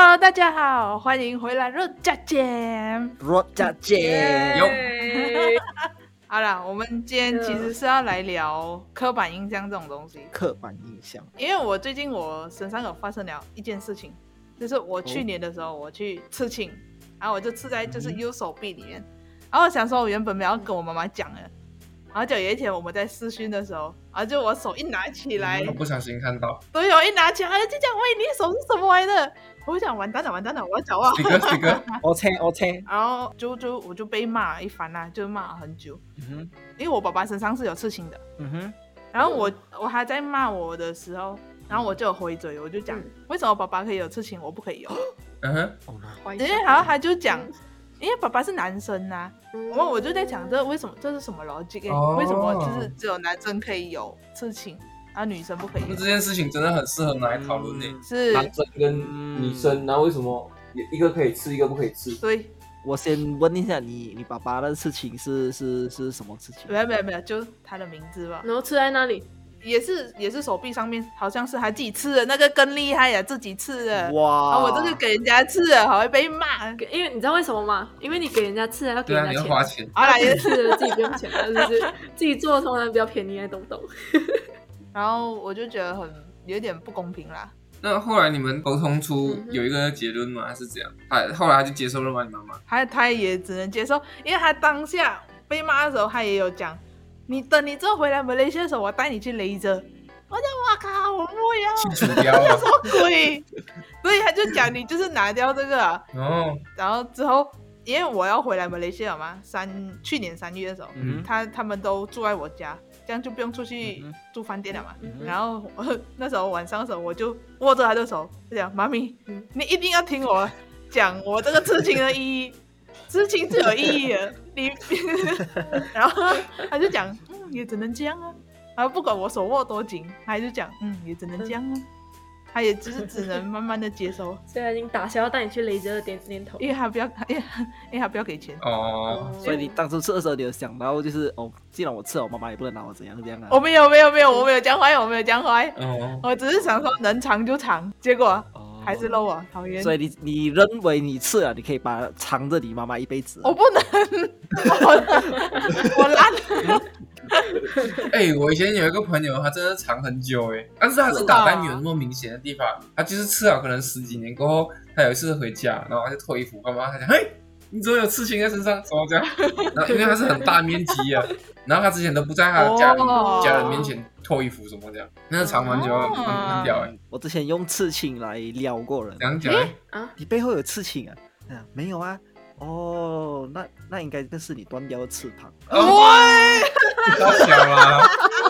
Hello， 大家好，欢迎回来热家见。好啦，我们今天其实是要来聊刻板印象这种东西。 刻板印象， 因为我最近我身上有发生了一件事情，就是我去年的时候我去刺青，然后我就刺在就是右手臂里面，然后我想说我原本没有跟我妈妈讲的，然后就有一天我们在视讯的时候，然后就我手一拿起来， 我不小心看到， 对，我一拿起来就讲喂，你的手是什么来的？我想完蛋了，我要讲话。 这个， 我猜， 然后我就被骂一番啦，就骂了很久。因为我爸爸身上是有刺青的。然后我还在骂我的时候，然后我就有回嘴，我就讲为什么爸爸可以有刺青，我不可以有？因为然后他就讲，因为爸爸是男生啊，然后我就在讲这为什么这是什么逻辑？为什么就是只有男生可以有刺青？然后女生不可以。 这件事情真的很适合拿来讨论呢。 是男生跟女生，然后为什么一个可以吃，一个不可以吃？ 对， 我先问一下你爸爸的事情是什么事情？ 没有，就他的名字吧。 然后刺在哪里？ 也是手臂上面，好像是他自己刺的，那个更厉害呀，自己刺的。 哇！ 我这个给人家刺的，还会被骂。 因为你知道为什么吗？因为你给人家刺要给人家钱， 你要花钱。 好啦，也刺的自己不用钱，就是自己做的通常比较便宜，懂不懂？ 然后我就觉得有点不公平啦。 那后来你们沟通出有一个结论吗？还是怎样？后来他就接受了吗？你妈妈？ 他也只能接受，因为他当下被骂的时候，他也有讲，等你之后回来马来西亚的时候，我带你去雷着。我讲哇靠，我不要， 去除掉啊！ 什么鬼？所以他就讲你就是拿掉这个啊。然后之后，因为我要回来马来西亚嘛，去年3月的时候，他们都住在我家，这样就不用出去住饭店了嘛。然后那时候晚上的时候，我就握着他的手，就讲妈咪，你一定要听我讲我这个刺青的意义，刺青是有意义的。然后他就讲，也只能这样啊。然后不管我手握多紧，他就讲，也只能这样啊。他也只能慢慢的接受。 所以他已经打消要带你去雷泽的念头， 因为他不要给钱。 所以你当初刺的时候，你有想到就是既然我刺了，我妈妈也不能拿我怎样这样啊？ 我没有讲坏，我只是想说能藏就藏，结果还是漏啊，讨厌。 所以你认为你刺了，你可以把它藏着你妈妈一辈子？ 我不能，我烂。 我以前有一个朋友，他真的藏很久但是他是打在没有那么明显的地方，他就是刺了可能10几年过后，他有一次回家，然后他就脱衣服，干嘛？他讲嘿，你怎么有刺青在身上？什么这样？然后因为他是很大面积啊，然后他之前都不在他的家人面前脱衣服什么这样，那个藏蛮久很屌我之前用刺青来撩过人， 讲你背后有刺青啊？没有啊。那应该是你断掉的翅膀。 太小了。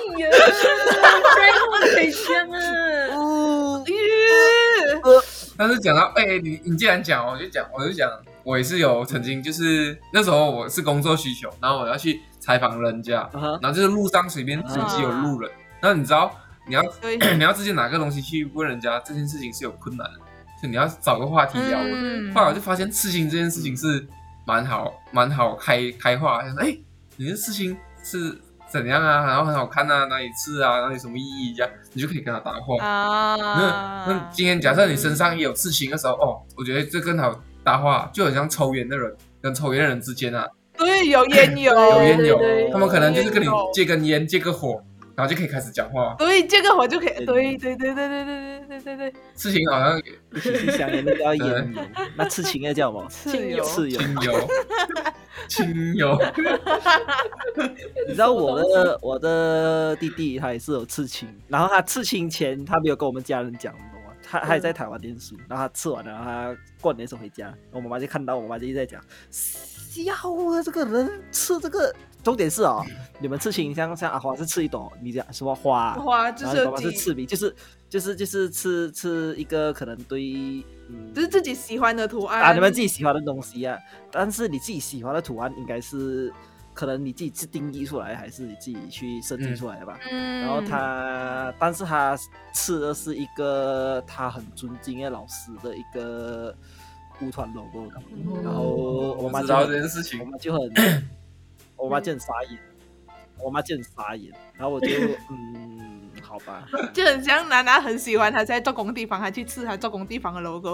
可以这样啊。 但是讲到你既然讲，我就讲，我也是有曾经就是那时候我是工作需求，然后我要去采访人家，然后就是路上随便随机有路人，然后你知道你要直接拿个东西去问人家，这件事情是有困难的，所以你要找个话题聊。后来我就发现刺青这件事情是蛮好开化，想说你的刺青是怎样啊，然后很好看啊，哪里刺啊，哪里什么意义这样，你就可以跟他搭话。那今天假设你身上也有刺青的时候，我觉得这更好搭话，就很像抽烟的人跟抽烟的人之间啊， 对，有烟友， 他们可能就是跟你借根烟借个火，然后就可以开始讲话。 对，借个火就可以。对。 刺青好像一起去香烟那叫烟油，那刺青要叫什么？ 刺油。 亲友。 你知道我的弟弟他也是有刺青，然后他刺青前他没有跟我们家人讲，你懂吗？他还在台湾念书，然后他刺完了，然后他过年的时候回家，我妈妈就看到，我妈就一直在讲，笑啊，这个人刺这个。重点是你们刺青像阿华是刺一朵，你讲什么花？ 花就是然后爸爸是刺笔，就是刺一个可能对， 就是自己喜欢的图案你们自己喜欢的东西啊。但是你自己喜欢的图案应该是可能你自己定义出来，还是你自己去设计出来的吧？然后但是他刺的是一个他很尊敬的老师的一个舞团 logo，然后我妈知道这件事情， 我妈就很傻眼，然后我就好吧， 就很像娜娜很喜欢她在做工地方，还去刺她做工地方的 logo。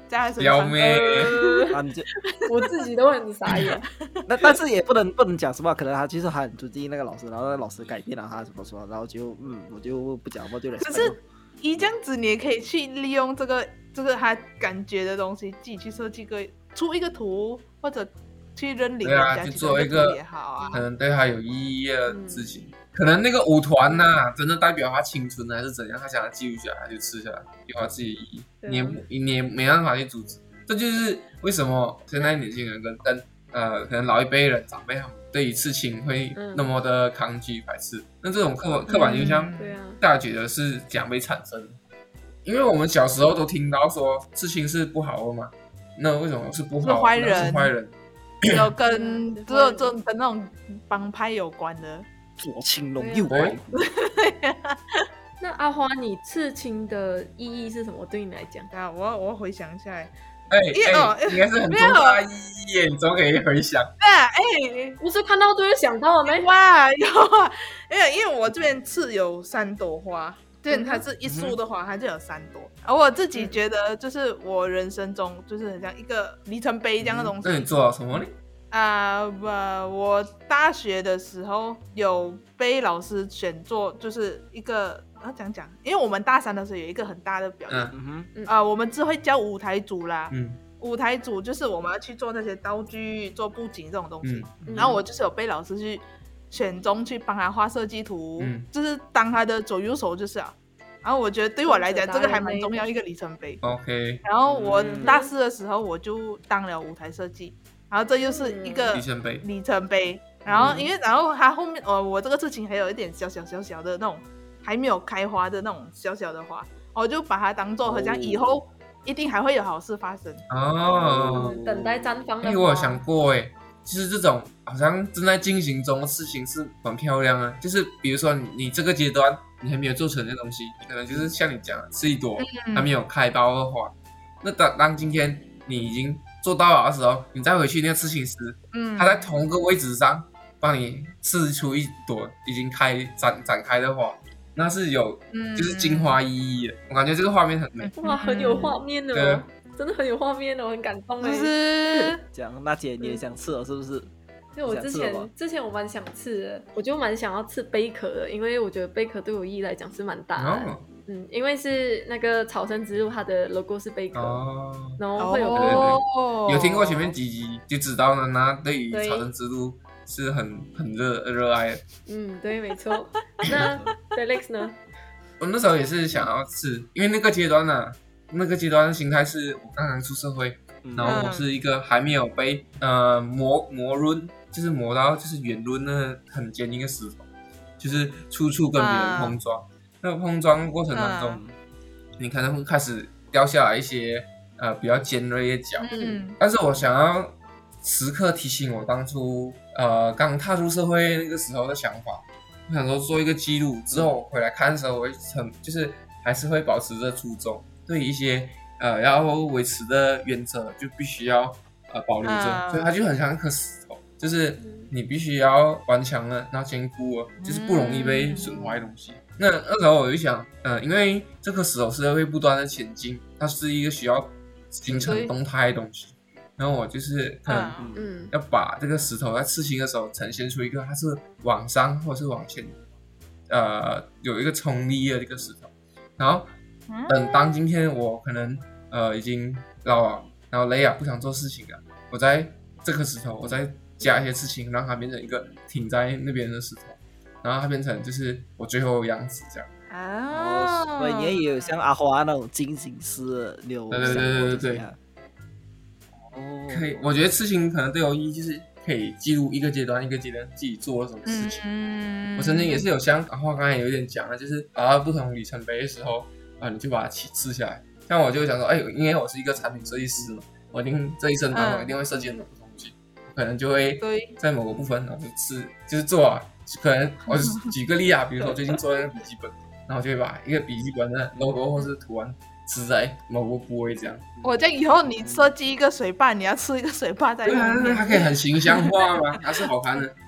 在他身上。 撩妹， 我自己都很傻眼。 但是也不能讲什么，可能他其实很尊敬那个老师，然后那个老师改变了他怎么说，然后就我就不讲，我就来。 可是这样子，你也可以去利用这个他感觉的东西，自己去设计出一个图，或者去认领人家， 去做一个也好啊， 可能对他有意义的事情。可能那个舞团呐，真的代表他青春还是怎样，他想要记录下来，他就吃下来，有他自己的意义，你也没办法去阻止。这就是为什么现在年轻人跟可能老一辈人长辈他们对于刺青会那么的抗拒排斥。那这种刻板印象，大家觉得是怎样被产生的？因为我们小时候都听到说刺青是不好的嘛，那为什么是不好？ 是坏人， 是坏人， 有跟那种帮派有关的。 左青龙右白虎。 那阿花，你刺青的意义是什么？对你来讲？ 啊，我回想一下， 应该是很重大的意义耶，你怎么可以回想？ 不是看到就会想到的吗？ 哇，有啊，因为我这边刺有3朵花，对，它是一束的花，它就有3朵。而我自己觉得，就是我人生中就是很像一个里程碑这样的东西。 那你做了什么呢？ 我大学的时候有被老师选做，就是一个讲，因为我们大3的时候有一个很大的表演，我们只会叫舞台组啦，舞台组就是我们要去做那些道具、做布景这种东西，然后我就是有被老师去选中去帮他画设计图，就是当他的左右手就是啊。然后我觉得对我来讲，这个还蛮重要一个里程碑。 OK。 然后我大4的时候我就当了舞台设计。然后这又是一个里程碑，然后它后面我这个事情还有一点小的那种还没有开花的那种小的花，我就把它当做好像以后一定还会有好事发生等待绽放的花。 我有想过其实这种好像正在进行中的事情是蛮漂亮的，就是比如说你这个阶段你还没有做成的东西，你可能就是像你讲的是一朵还没有开苞的花，那当今天你已经做到了的时候，你再回去那个刺青师，他在同一个位置上帮你刺出一朵已经展开的花，那是有就是精华意义的。我感觉这个画面很美， 哇，很有画面哦，真的很有画面哦，很感动哎。 就是这样，娜姐你也想刺了是不是？ 因为我之前我蛮想刺的，我就蛮想要刺贝壳的，因为我觉得贝壳对我意义来讲是蛮大的。因为是那个草生之路，它的 logo 是贝壳，然后会有有听过前面几集就知道了，那对于草生之路是很热爱的。 对，没错。那 Felix 呢？ 我那时候也是想要刺，因为那个阶段的心态是我刚刚出社会，然后我是一个还没有被磨润，就是磨到就是圆润的很坚硬的石头，就是处处跟别人碰撞。那个碰撞过程当中，你可能会开始掉下来一些比较尖锐的角，但是我想要时刻提醒我当初刚踏入社会那个时候的想法，我想说做一个记录，之后回来看的时候，我就是还是会保持着初衷，对于一些要维持的原则就必须要保留着，所以它就很像一颗石头，就是你必须要顽强的，然后坚固的，就是不容易被损坏的东西。那时候我就想，因为这颗石头是会不断的前进，它是一个需要形成动态的东西。然后我就是可能要把这个石头在刺青的时候呈现出一个它是往上或者是往前，有一个冲力的这个石头。然后当今天我可能已经老了，然后累了不想做事情了，我在这颗石头我再加一些刺青，让它变成一个挺在那边的石头。然后它变成就是我最后的样子这样所以你也有像阿花那种精心师的有对可以，我觉得刺青可能对我意义就是可以记录一个阶段自己做了什么事情。我曾经也是有像阿花刚才有一点讲的，就是不同里程碑的时候你就把它刺下来。像我就想说因为我是一个产品设计师嘛，我一定这一生当中一定会设计很多东西，可能就会在某个部分然后就刺，就是做可能我举个例比如说我最近做一个笔记本，然后就会把一个笔记本的 logo 或是图案刺在某个部位这样。 我这样以后你设计一个水坝，你要刺一个水坝在里面。 对它可以很形象化嘛，它是好看的。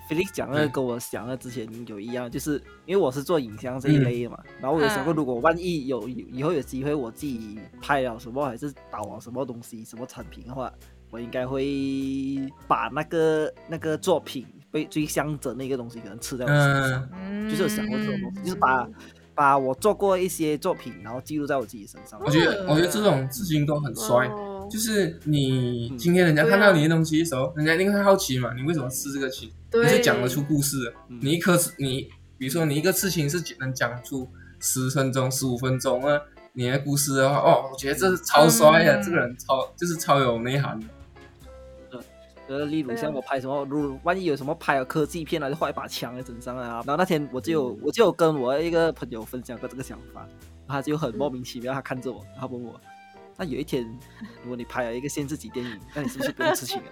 Felix 讲的跟我想的之前有一样，就是因为我是做影像这一类的嘛，然后我有想过，如果万一以后有机会我自己拍了什么还是导了什么东西什么产品的话，我应该会把那个作品被最象征的一个东西可能吃在我身上，就是有想过这种东西，就是把我做过一些作品，然后记录在我自己身上。 我觉得这种事情都很帅，就是你今天人家看到你的东西的时候，人家一定会好奇嘛，你为什么吃这个青？你是讲得出故事的。你比如说你一个刺青是能讲出10分钟、15分钟啊，你的故事的话，我觉得这是超帅的，这个人超有内涵的。 例如像我拍什么，万一有什么拍科技片啊，就画一把枪在身上啊。然后那天我就有跟我一个朋友分享过这个想法，他就很莫名其妙，他看着我，他问我，那有一天如果你拍了一个限制级电影，那你是不是不用刺青了？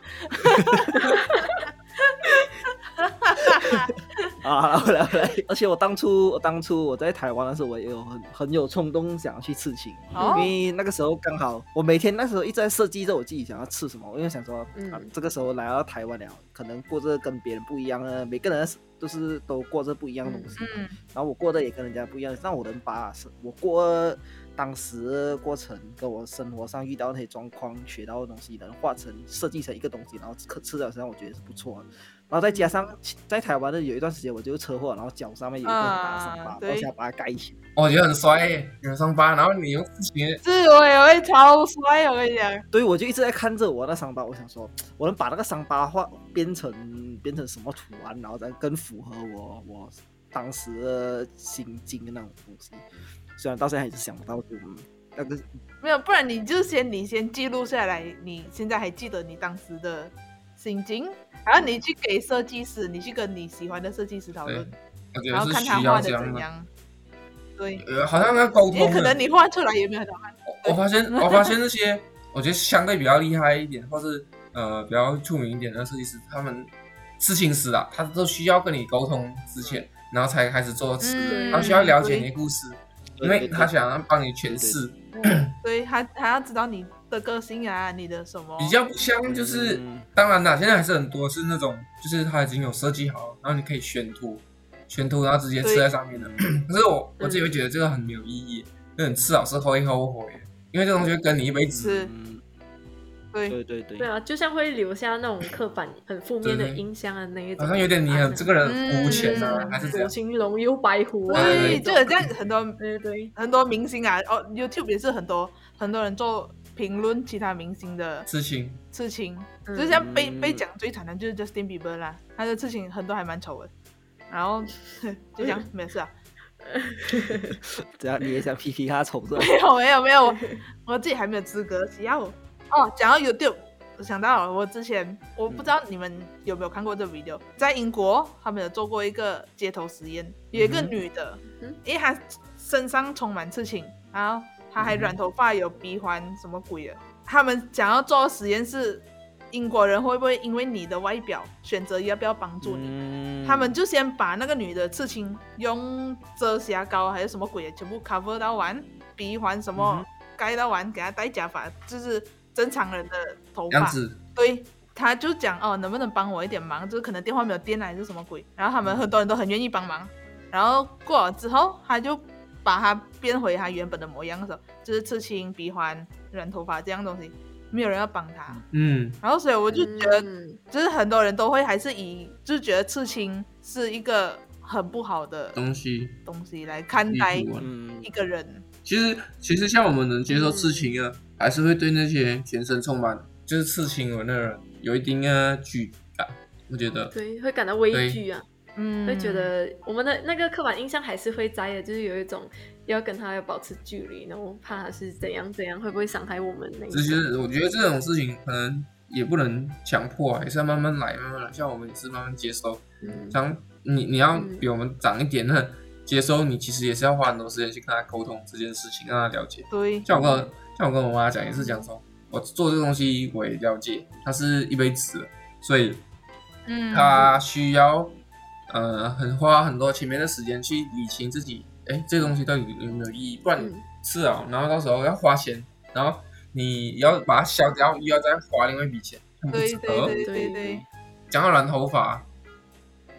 回来，而且我当初我在台湾的时候，我也有很有冲动想要去刺青，因为那个时候刚好我每天那时候一直在设计着我自己想要刺什么，因为想说这个时候来到台湾了，可能过着跟别人不一样的，每个人都过着不一样的东西，然后我过得也跟人家不一样，让我能把我过当时的过程跟我生活上遇到那些状况学到的东西能设计成一个东西，然后刺在身上，我觉得是不错的。然后再加上在台湾的有一段时间我就车祸，然后脚上面有一个很大的伤疤，然后想把它盖起来。 我觉得很帅，有伤疤，然后你用刺青， 是我也会超帅，我跟你讲。 对，我就一直在看着我那伤疤，我想说，我能把那个伤疤变成什么图案，然后再更符合我当时的心境的那种东西。虽然到现在还是想不到，就那个没有，不然你先记录下来，你现在还记得你当时的心境，然后你去给设计师，你去跟你喜欢的设计师讨论，然后看他画的怎样。对， 好像要沟通， 因为可能你画出来也没有很好看。 我发现那些我觉得相对比较厉害一点，或是比较出名一点的设计师，他们刺青师啊，他都需要跟你沟通之前，然后才开始做刺，他需要了解你的故事，因为他想要帮你诠释。 对，他要知道你的个性啊，你的什么比较不像就是当然啦，现在还是很多是那种就是他已经有设计好，然后你可以选图然后直接刺在上面的。可是我自己会觉得这个很没有意义，那种刺老是会后悔，因为这东西会跟你一辈子。 对啊，就像会留下那种刻板很负面的印象的那一种， 好像有点你这个人肤浅啊，还是这样。 左青龙右白虎啊，对，就有这样很多明星啊，YouTube 也是很多人做评论其他明星的刺青， 就像被讲最惨的就是 Justin Bieber 啦，他的刺青很多还蛮丑的，然后就这样没事啊。 这样你也想批评他丑是吧？ 没有，我自己还没有资格。只要讲到 YouTube， 我想到了，我之前我不知道你们有没有看过这个 video， 在英国他们有做过一个街头实验，有一个女的，因为她身上充满刺青，然后她还染头发，有鼻环，什么鬼的。他们想要做实验是英国人会不会因为你的外表选择要不要帮助你，他们就先把那个女的刺青用遮瑕膏还是什么鬼的全部 cover 到完，鼻环什么盖到完，给她戴假发，就是正常人的头发。对，他就讲能不能帮我一点忙，就是可能电话没有电还是什么鬼，然后他们很多人都很愿意帮忙，然后过了之后他就把它变回他原本的模样的时候，就是刺青、鼻环、染头发这样东西，没有人要帮他。然后所以我就觉得就是很多人都会还是就是觉得刺青是一个很不好的东西来看待一个人。 其实像我们能接受刺青啊，还是会对那些全身充满就是刺青纹的人有一定的惧感，我觉得对，会感到畏惧啊。会觉得我们的那个刻板印象还是会在的，就是有一种要跟他要保持距离，然后怕他是怎样会不会伤害我们那一种。 就是我觉得这种事情可能也不能强迫啊，也是要慢慢来，像我们也是慢慢接受。像你要比我们长一点的接受，你其实也是要花很多时间去跟他沟通这件事情，让他了解。 对， 像我跟我妈讲也是讲说，我做这个东西我也了解，它是一辈子的，所以他需要花很多前面的时间去理清自己，这个东西到底有没有意义，不然是啊，然后到时候要花钱，然后你要把它消掉，又要再花另外一笔钱，很不值得。 对。 讲到染头发，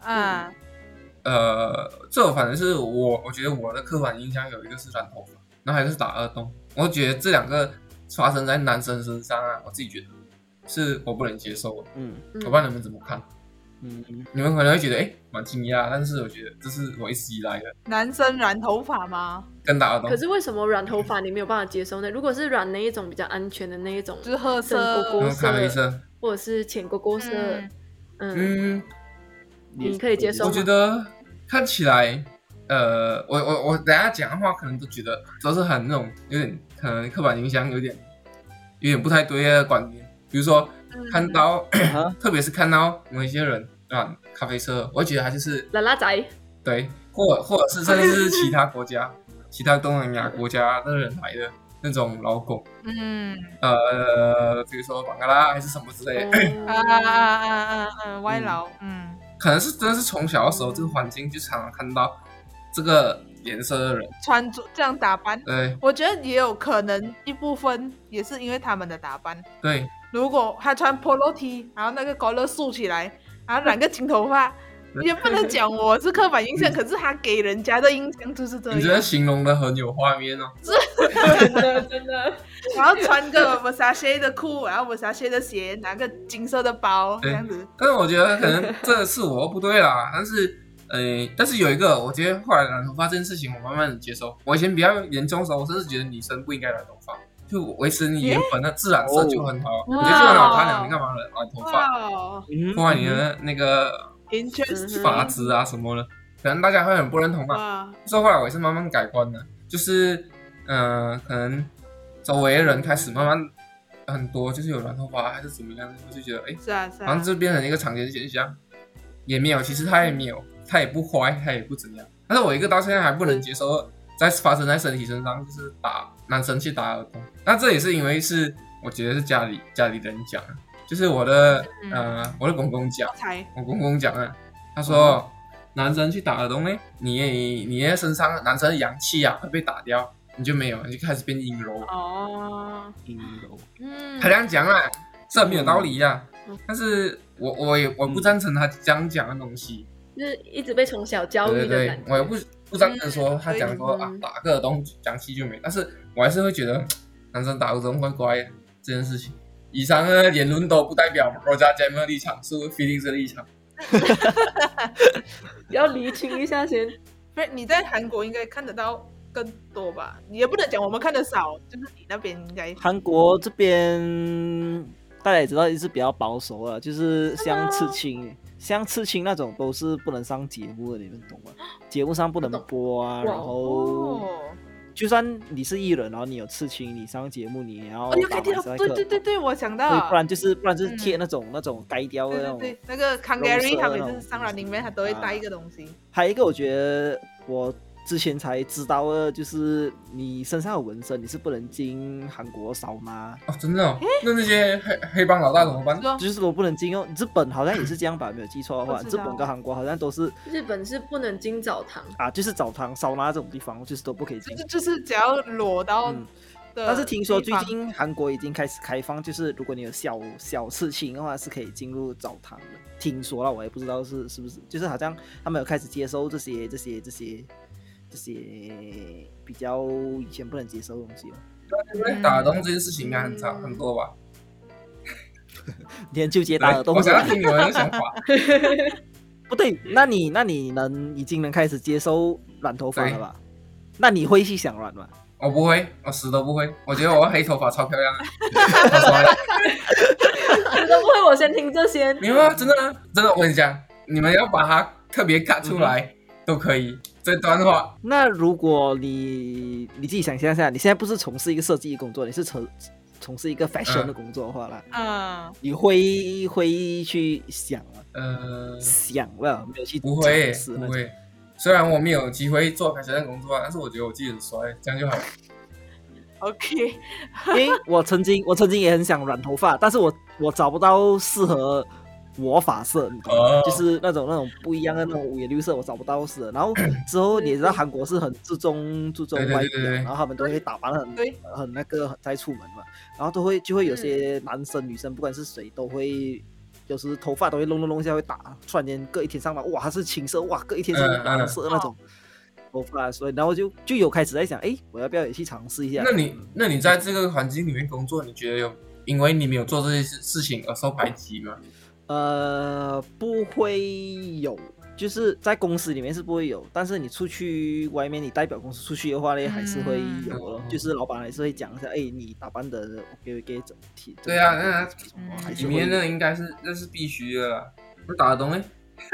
这反正是我觉得我的刻板印象有一个是染头发，然后还有是打耳洞。我觉得这两个发生在男生身上啊，我自己觉得是我不能接受的。我不知道你们怎么看。你们可能会觉得蛮惊讶，但是我觉得这是我一直以来的。 男生染头发吗？ 跟打耳洞。 可是为什么染头发你没有办法接受呢？如果是染那一种比较安全的那一种， 就是褐色、 咖啡色， 或者是浅勾勾色，你可以接受吗？ 我觉得看起来，我等一下讲的话，可能都觉得都是很那种有点可能刻板印象，有点不太对的观点。比如说看到，特别是看到某一些人染咖啡色，我会觉得他就是拉拉仔， 对，或者是甚至是其他国家、其他东南亚国家的人来的那种劳工，比如说邦加拉还是什么之类的， 外劳， 可能是真的是从小的时候这个环境就常常看到这个颜色的人穿着这样打扮， 对， 我觉得也有可能一部分也是因为他们的打扮， 对。 如果他穿 polo T， 然后那个collar勒竖起来，然后染个金头发，也不能讲我是刻板印象，可是他给人家的印象就是这样。 你觉得形容的很有画面哦， 真的。 然后穿个 Versace 的裤，然后 Versace 的鞋，拿个金色的包这样子。 但是我觉得可能这是我不对啦，但是有一个，我觉得后来染头发这件事情，我慢慢的接受。我以前比较严重的时候，我甚至觉得女生不应该染头发。就维持你原本的自然色就很好，我觉得就很好看了。你干嘛染头发？破坏你的那个发质啊什么的，可能大家会很不认同啊。所以后来我也是慢慢改观的，就是可能周围的人开始慢慢很多就是有染头发还是怎么样，我就觉得好像这变成一个常见现象，也没有，其实他也没有，他也不坏，他也不怎样。但是我一个到现在还不能接受。在发生在身体身上，就是男生去打耳洞，那这也是因为是我觉得是家里的人讲，就是我的公公讲，我公公讲啊，他说男生去打耳洞呢，你的身上男生的阳气啊会被打掉，你就没有，你就开始变阴柔阴柔，他这样讲啊，是很没有道理啊，但是我不赞成他这样讲的东西， 就是一直被从小教育的感觉， 我也不赞成说他讲说打个耳洞阳气就没，但是我还是会觉得男生打耳洞怪怪的这件事情。以上的言论都不代表我家节目的立场，是 Felix 的立场。 要厘清一下先。 你在韩国应该看得到更多吧？你也不能讲我们看得少，就是你那边应该。 韩国这边大家也知道是比较保守了，就是像刺青那种都是不能上节目的，你们懂吗？节目上不能播啊，然后就算你是艺人，然后你有刺青，你上节目你也要打马赛克。 对，我想到了， 不然就是贴那种该雕的那种。 对，那个 Kangari 他每次上Running Man他都会带一个东西。 还有一个我觉得我之前才知道的，就是你身上有纹身，你是不能进韩国扫码。 哦，真的哦？那些黑帮老大怎么办？ 就是我不能进哦。日本好像也是这样吧，没有记错的话，日本跟韩国好像都是。 日本是不能进澡堂啊，就是澡堂、桑拿这种地方，就是都不可以进。 就是只要裸到。 但是听说最近韩国已经开始开放，就是如果你有小刺青的话，是可以进入澡堂的。听说了，我也不知道是不是，就是好像他们有开始接受这些比较以前不能接受的东西了。 因为打耳洞这件事情应该很多吧？ 你很纠结打耳洞， 我想要听你们的想法。 不对，那你已经能开始接受染头发了吧？那你会去想染吗？ 我不会，我死都不会。我觉得我黑头发超漂亮的， 死都不会。我先听这些。 没有啊，真的，我跟你讲，你们要把它特别 cut 出来，都可以。这段话。 那如果你自己想象一下，你现在不是从事一个设计工作，你是从事一个 fashion 的工作的话啦，你会去想吗？想了没有去？ 不会。虽然我没有机会做 fashion 的工作，但是我觉得我自己很帅，这样就好了。 OK， 因为我曾经也很想染头发，但是我找不到适合我发色，你懂吗？就是那种不一样的那种五颜六色，我找不到适合。然后之后你知道韩国是很注重外表，然后他们都会打扮很那个再出门嘛，然后就会有些男生女生不管是谁都会有时头发都会弄一下会打，突然间隔一天上班，哇，它是青色，哇，隔一天是蓝色那种头发，所以然后就有开始在想，我要不要也去尝试一下？ 那你在这个环境里面工作，你觉得有因为你没有做这些事情而受排挤吗？ 不会有。就是在公司里面是不会有，但是你出去外面，你代表公司出去的话呢，还是会有咯。就是老板还是会讲一下，你打扮的 OK 整体。 对啊，那里面那应该是那是必须的啦。我打得懂欸。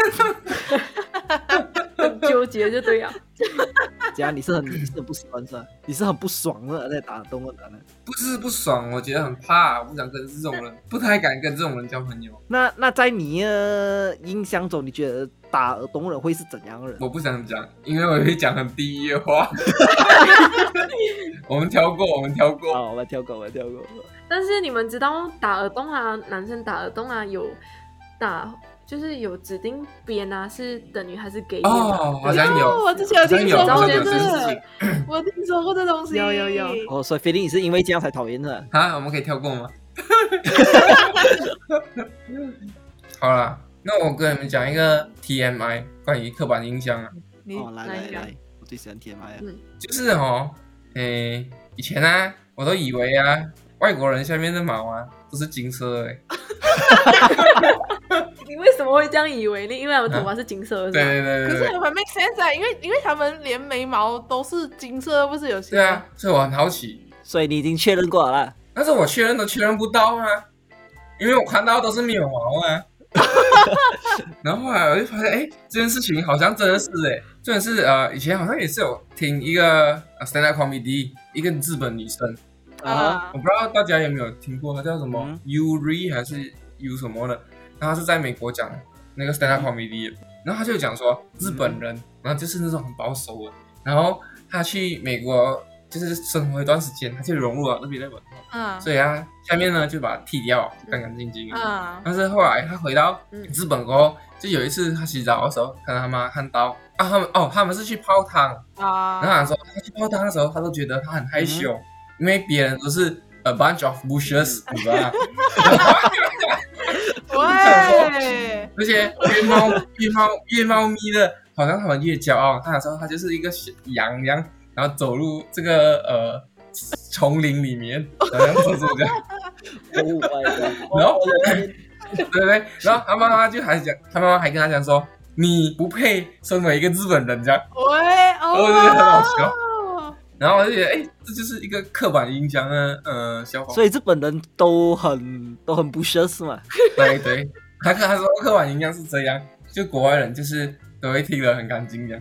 很纠结就对了。 这样你是很不喜欢是吧？你是很不爽的在打得动的呢？ 不是不爽，我觉得很怕，我不想跟这种人，不太敢跟这种人交朋友。 那在你的印象中，你觉得打得动人会是怎样的人？ 我不想讲，因为我会讲很地狱的话。我们挑过。 好，我们挑过。 但是你们知道打耳洞啊，男生打耳洞啊，有打。就是有指定边啊，是等于还是给哦，好像有， 我之前有听说过这个， 我听说过这东西， 有。 所以菲林你是因为这样才讨厌的啊？我们可以跳过吗？好啦，那我跟你们讲一个 TMI 关于刻板印象啊。 来，我最喜欢 TMI 啊。 就是以前啊，我都以为啊，外国人下面的毛啊都是金色的。 你为什么会这样以为呢？因为他们头发是金色的。 对。 可是很 make sense 啊，因为他们连眉毛都是金色，不是有些？ 对啊，所以我很好奇。 所以你已经确认过了。 但是我确认都确认不到啊，因为我看到都是没有毛啊。然后后来我就发现，这件事情好像真的是真的是以前好像也是有听一个 stand up comedy， 一个日本女生我不知道大家有没有听过，她叫什么 Yuri 还是 U 什么的。然后他是在美国讲那个 stand up comedy， 然后他就讲说日本人，然后就是那种很保守的，然后他去美国就是生活一段时间，他就融入了那边的文化，所以他下面呢就把它剃掉，干干净净但是后来他回到日本过后，就有一次他洗澡的时候，看到他妈看到他们是去泡汤然后他说他去泡汤的时候，他都觉得他很害羞，因为别人都是 a bunch of bushes， 你知道吗？而且越茂密的，好像他们越骄傲。他说他就是一个羊一样，然后走入这个丛林里面，好像是这样。然后对，然后他妈妈就还讲，他妈妈还跟他讲说，你不配身为一个日本人这样。我就觉得很好笑。然后我就觉得，这就是一个刻板印象的笑话。 所以日本人都很不屑是吗？ 对，他说刻板印象是这样，就国外人就是都会剃得很干净这样。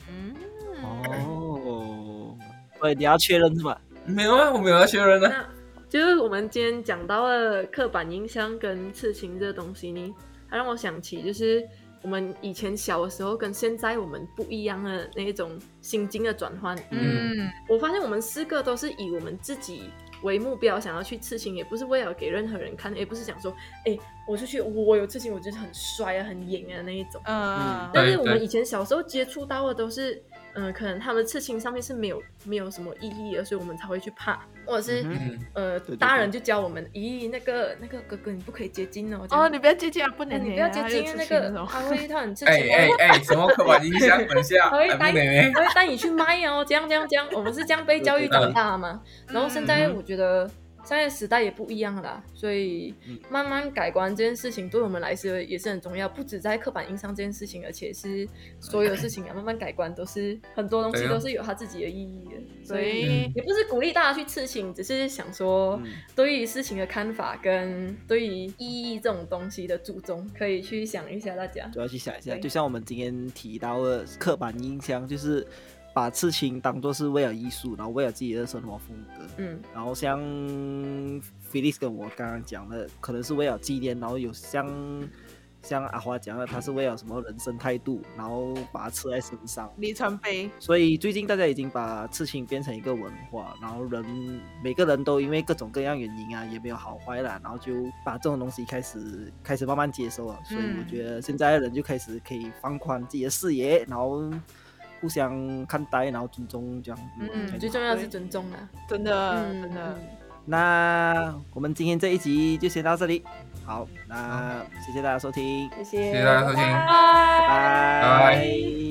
所以你要确认是吗？ 没有啊，我没有要确认啊。 就是我们今天讲到了刻板印象跟刺青这东西呢，它让我想起就是我们以前小的时候跟现在我们不一样的那种心境的转换。我发现我们4个都是以我们自己为目标想要去刺青，也不是为了给任何人看，也不是想说我出去我有刺青我觉得很帅啊很野啊那一种。但是我们以前小时候接触到的都是可能他们的刺青上面是没有什么意义的，所以我们才会去怕，或者是大人就教我们，那个哥哥你不可以接近你不要接近不能， 你不要接近那个他很刺青什么刻板印象？等下他会带你去卖这样，我们是这样被教育长大嘛。然后现在我觉得现在时代也不一样了啦，所以慢慢改观这件事情对我们来说也是很重要，不止在刻板印象这件事情，而且是所有事情慢慢改观都是很多东西都是有它自己的意义的。所以也不是鼓励大家去刺青，只是想说对于事情的看法跟对于意义这种东西的注重可以去想一下，大家主要去想一下。就像我们今天提到的刻板印象，就是把刺青当作是为了艺术，然后为了自己的生活风格。然后像 Felix 跟我刚刚讲的，可能是为了纪念，然后有像阿华讲的，他是为了什么人生态度，然后把它刺在身上， 里程碑。 所以最近大家已经把刺青变成一个文化，然后每个人都因为各种各样原因啊，也没有好坏啦，然后就把这种东西开始慢慢接受了。所以我觉得现在的人就开始可以放宽自己的视野，然后互相看待，然后尊重这样。 最重要的是尊重啊， 真的。 那我们今天这一集就先到这里。好，那谢谢大家收听， 谢谢大家收听， 拜拜。